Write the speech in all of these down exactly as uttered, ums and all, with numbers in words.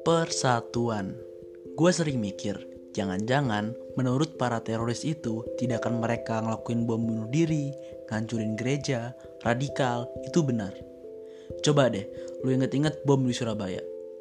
Persatuan. Gue sering mikir, jangan-jangan menurut para teroris itu tidak akan mereka ngelakuin bom bunuh diri, ngancurin gereja, radikal, itu benar. Coba deh, lu inget-inget bom di Surabaya.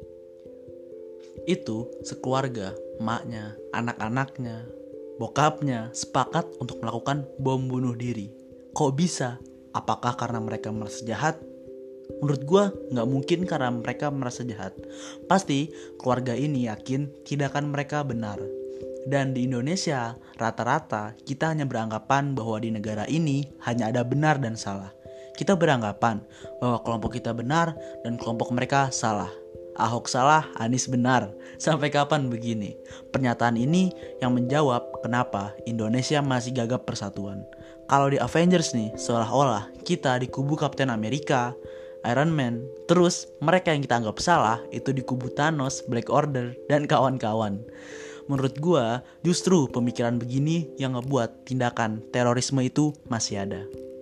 Itu sekeluarga, emaknya, anak-anaknya, bokapnya sepakat untuk melakukan bom bunuh diri. Kok bisa? Apakah karena mereka merasa jahat? Menurut gue gak mungkin karena mereka merasa jahat. Pasti keluarga ini yakin tindakan mereka benar. Dan di Indonesia rata-rata kita hanya beranggapan bahwa di negara ini hanya ada benar dan salah. Kita beranggapan bahwa kelompok kita benar dan kelompok mereka salah. Ahok salah, Anies benar. Sampai kapan begini? Pernyataan ini yang menjawab kenapa Indonesia masih gagap persatuan. Kalau di Avengers nih, seolah-olah kita di kubu Kapten Amerika, Iron Man, terus mereka yang kita anggap salah itu di kubu Thanos, Black Order, dan kawan-kawan. Menurut gua, justru pemikiran begini yang ngebuat tindakan terorisme itu masih ada.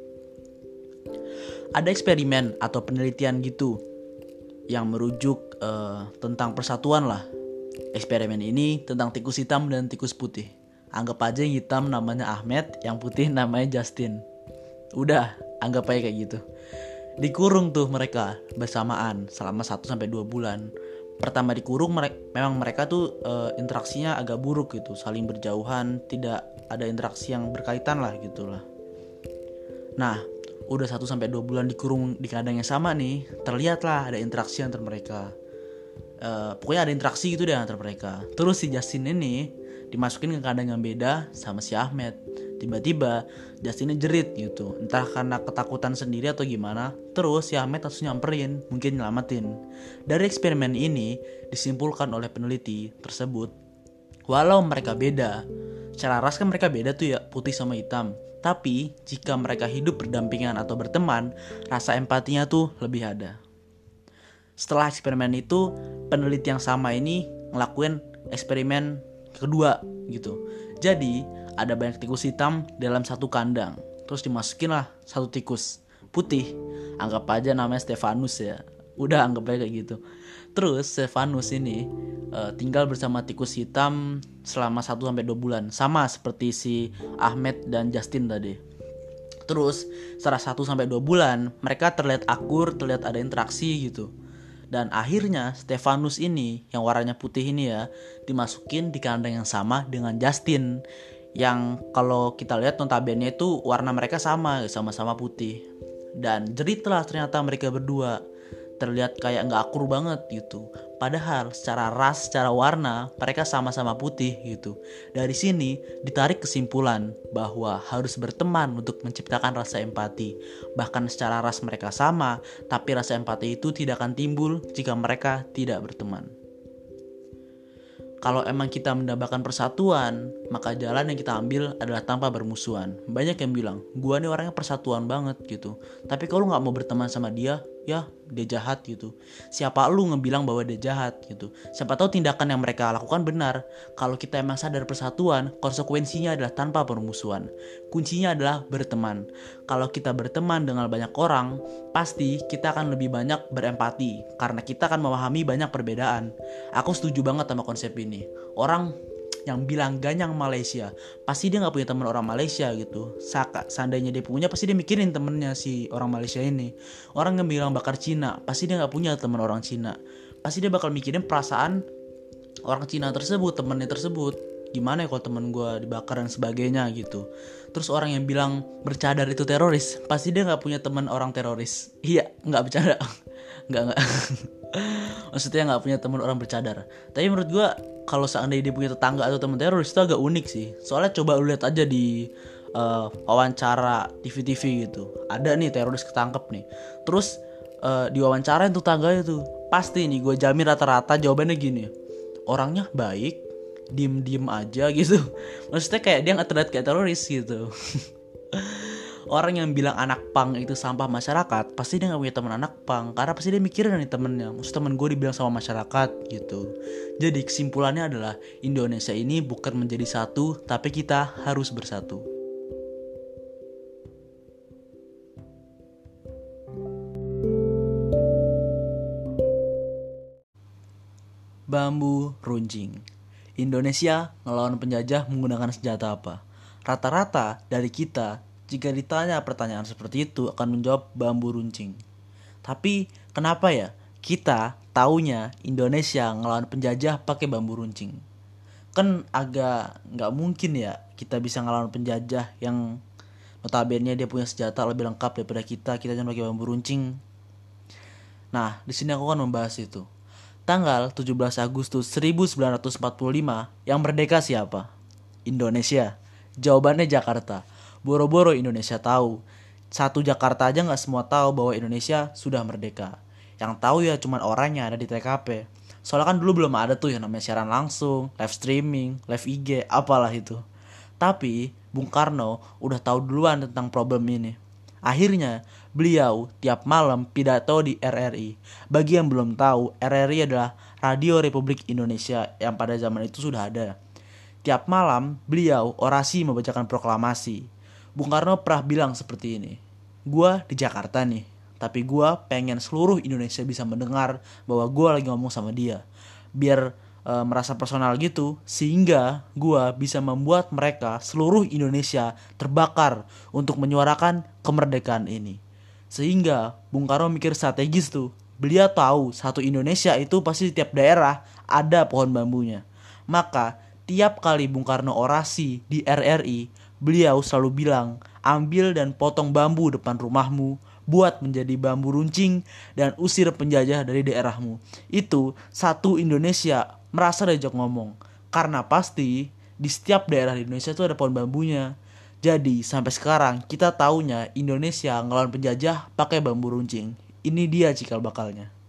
Ada eksperimen atau penelitian gitu yang merujuk uh, tentang persatuan lah. Eksperimen ini tentang tikus hitam dan tikus putih. Anggap aja yang hitam namanya Ahmed, yang putih namanya Justin. Udah, anggap aja kayak gitu. Dikurung tuh mereka bersamaan selama satu sampai dua bulan. Pertama dikurung mere- memang mereka tuh uh, interaksinya agak buruk gitu, saling berjauhan, tidak ada interaksi yang berkaitan lah gitulah. Nah, udah satu sampai dua bulan dikurung di kandang yang sama nih, terlihatlah ada interaksi antar mereka. Uh, pokoknya ada interaksi gitu deh antar mereka. Terus si Justin ini dimasukin ke kandang yang beda sama si Ahmed. Tiba-tiba Justinnya jerit gitu, entah karena ketakutan sendiri atau gimana. Terus si Ahmed langsung nyamperin, mungkin nyelamatin. Dari eksperimen ini disimpulkan oleh peneliti tersebut, walau mereka beda, secara ras kan mereka beda tuh ya, putih sama hitam. Tapi jika mereka hidup berdampingan atau berteman, rasa empatinya tuh lebih ada. Setelah eksperimen itu, peneliti yang sama ini ngelakuin eksperimen kedua gitu. Jadi ada banyak tikus hitam dalam satu kandang. Terus dimasukin lah satu tikus putih. Anggap aja namanya Stefanus ya. Udah anggap aja kayak gitu. Terus Stefanus ini uh, tinggal bersama tikus hitam selama satu sampai dua bulan. Sama seperti si Ahmed dan Justin tadi. Terus setelah satu sampai dua bulan mereka terlihat akur, terlihat ada interaksi gitu. Dan akhirnya Stefanus ini yang warnanya putih ini ya dimasukin di kandang yang sama dengan Justin, yang kalau kita lihat notabene itu warna mereka sama, sama-sama putih. Dan jeritlah ternyata mereka berdua, terlihat kayak gak akur banget gitu. Padahal secara ras, secara warna mereka sama-sama putih gitu. Dari sini ditarik kesimpulan bahwa harus berteman untuk menciptakan rasa empati. Bahkan secara ras mereka sama, tapi rasa empati itu tidak akan timbul jika mereka tidak berteman. Kalau emang kita mendambakan persatuan, maka jalan yang kita ambil adalah tanpa bermusuhan. Banyak yang bilang, gua nih orangnya persatuan banget gitu. Tapi kalau gak mau berteman sama dia, ya dia jahat gitu. Siapa lu ngebilang bahwa dia jahat gitu? Siapa tahu tindakan yang mereka lakukan benar. Kalau kita emang sadar persatuan, konsekuensinya adalah tanpa permusuhan. Kuncinya adalah berteman. Kalau kita berteman dengan banyak orang, pasti kita akan lebih banyak berempati. Karena kita akan memahami banyak perbedaan. Aku setuju banget sama konsep ini. Orang yang bilang ganyang Malaysia, pasti dia gak punya teman orang Malaysia gitu. Saka, seandainya dia punya, pasti dia mikirin temennya si orang Malaysia ini. Orang yang bilang bakar Cina, pasti dia gak punya teman orang Cina. Pasti dia bakal mikirin perasaan orang Cina tersebut, temennya tersebut. Gimana ya kalau temen gue dibakar dan sebagainya gitu. Terus orang yang bilang bercadar itu teroris, pasti dia gak punya teman orang teroris. Iya, gak bercanda. Gak, gak. Maksudnya gak punya teman orang bercadar. Tapi menurut gue, kalau seandainya dia punya tetangga atau teman teroris itu agak unik sih. Soalnya coba lu lihat aja di uh, wawancara T V T V gitu. Ada nih teroris ketangkep nih. Terus uh, di wawancara yang tetangganya tuh, pasti nih gue jamin rata-rata jawabannya gini. Orangnya baik, diem-diem aja gitu. Maksudnya kayak dia gak terlihat kayak teroris gitu. Orang yang bilang anak pang itu sampah masyarakat, pasti dia gak punya teman anak pang. Karena pasti dia mikirin nih temennya, maksud temen gue dibilang sama masyarakat gitu. Jadi kesimpulannya adalah Indonesia ini bukan menjadi satu, tapi kita harus bersatu. Bambu runcing. Indonesia ngelawan penjajah menggunakan senjata apa? Rata-rata dari kita jika ditanya pertanyaan seperti itu akan menjawab bambu runcing. Tapi kenapa ya kita taunya Indonesia ngelawan penjajah pakai bambu runcing? Kan agak nggak mungkin ya kita bisa ngelawan penjajah yang notabene dia punya senjata lebih lengkap daripada kita, kita cuma pakai bambu runcing. Nah, di sini aku akan membahas itu. Tanggal tujuh belas Agustus seribu sembilan ratus empat puluh lima yang merdeka siapa? Indonesia. Jawabannya Jakarta. Boro-boro Indonesia tahu. Satu Jakarta aja gak semua tahu bahwa Indonesia sudah merdeka. Yang tahu ya cuma orangnya ada di T K P. Soalnya kan dulu belum ada tuh yang namanya siaran langsung, live streaming, live I G, apalah itu. Tapi Bung Karno udah tahu duluan tentang problem ini. Akhirnya beliau tiap malam pidato di R R I. Bagi yang belum tahu, R R I adalah Radio Republik Indonesia yang pada zaman itu sudah ada. Tiap malam beliau orasi membacakan proklamasi. Bung Karno pernah bilang seperti ini. Gua di Jakarta nih, tapi gua pengen seluruh Indonesia bisa mendengar bahwa gua lagi ngomong sama dia. Biar e, merasa personal gitu, sehingga gua bisa membuat mereka seluruh Indonesia terbakar untuk menyuarakan kemerdekaan ini. Sehingga Bung Karno mikir strategis tuh. Beliau tahu satu Indonesia itu pasti di tiap daerah ada pohon bambunya. Maka tiap kali Bung Karno orasi di R R I, beliau selalu bilang, ambil dan potong bambu depan rumahmu, buat menjadi bambu runcing dan usir penjajah dari daerahmu. Itu satu Indonesia merasa diajak ngomong. Karena pasti di setiap daerah di Indonesia itu ada pohon bambunya. Jadi sampai sekarang kita taunya Indonesia ngelawan penjajah pakai bambu runcing. Ini dia cikal bakalnya.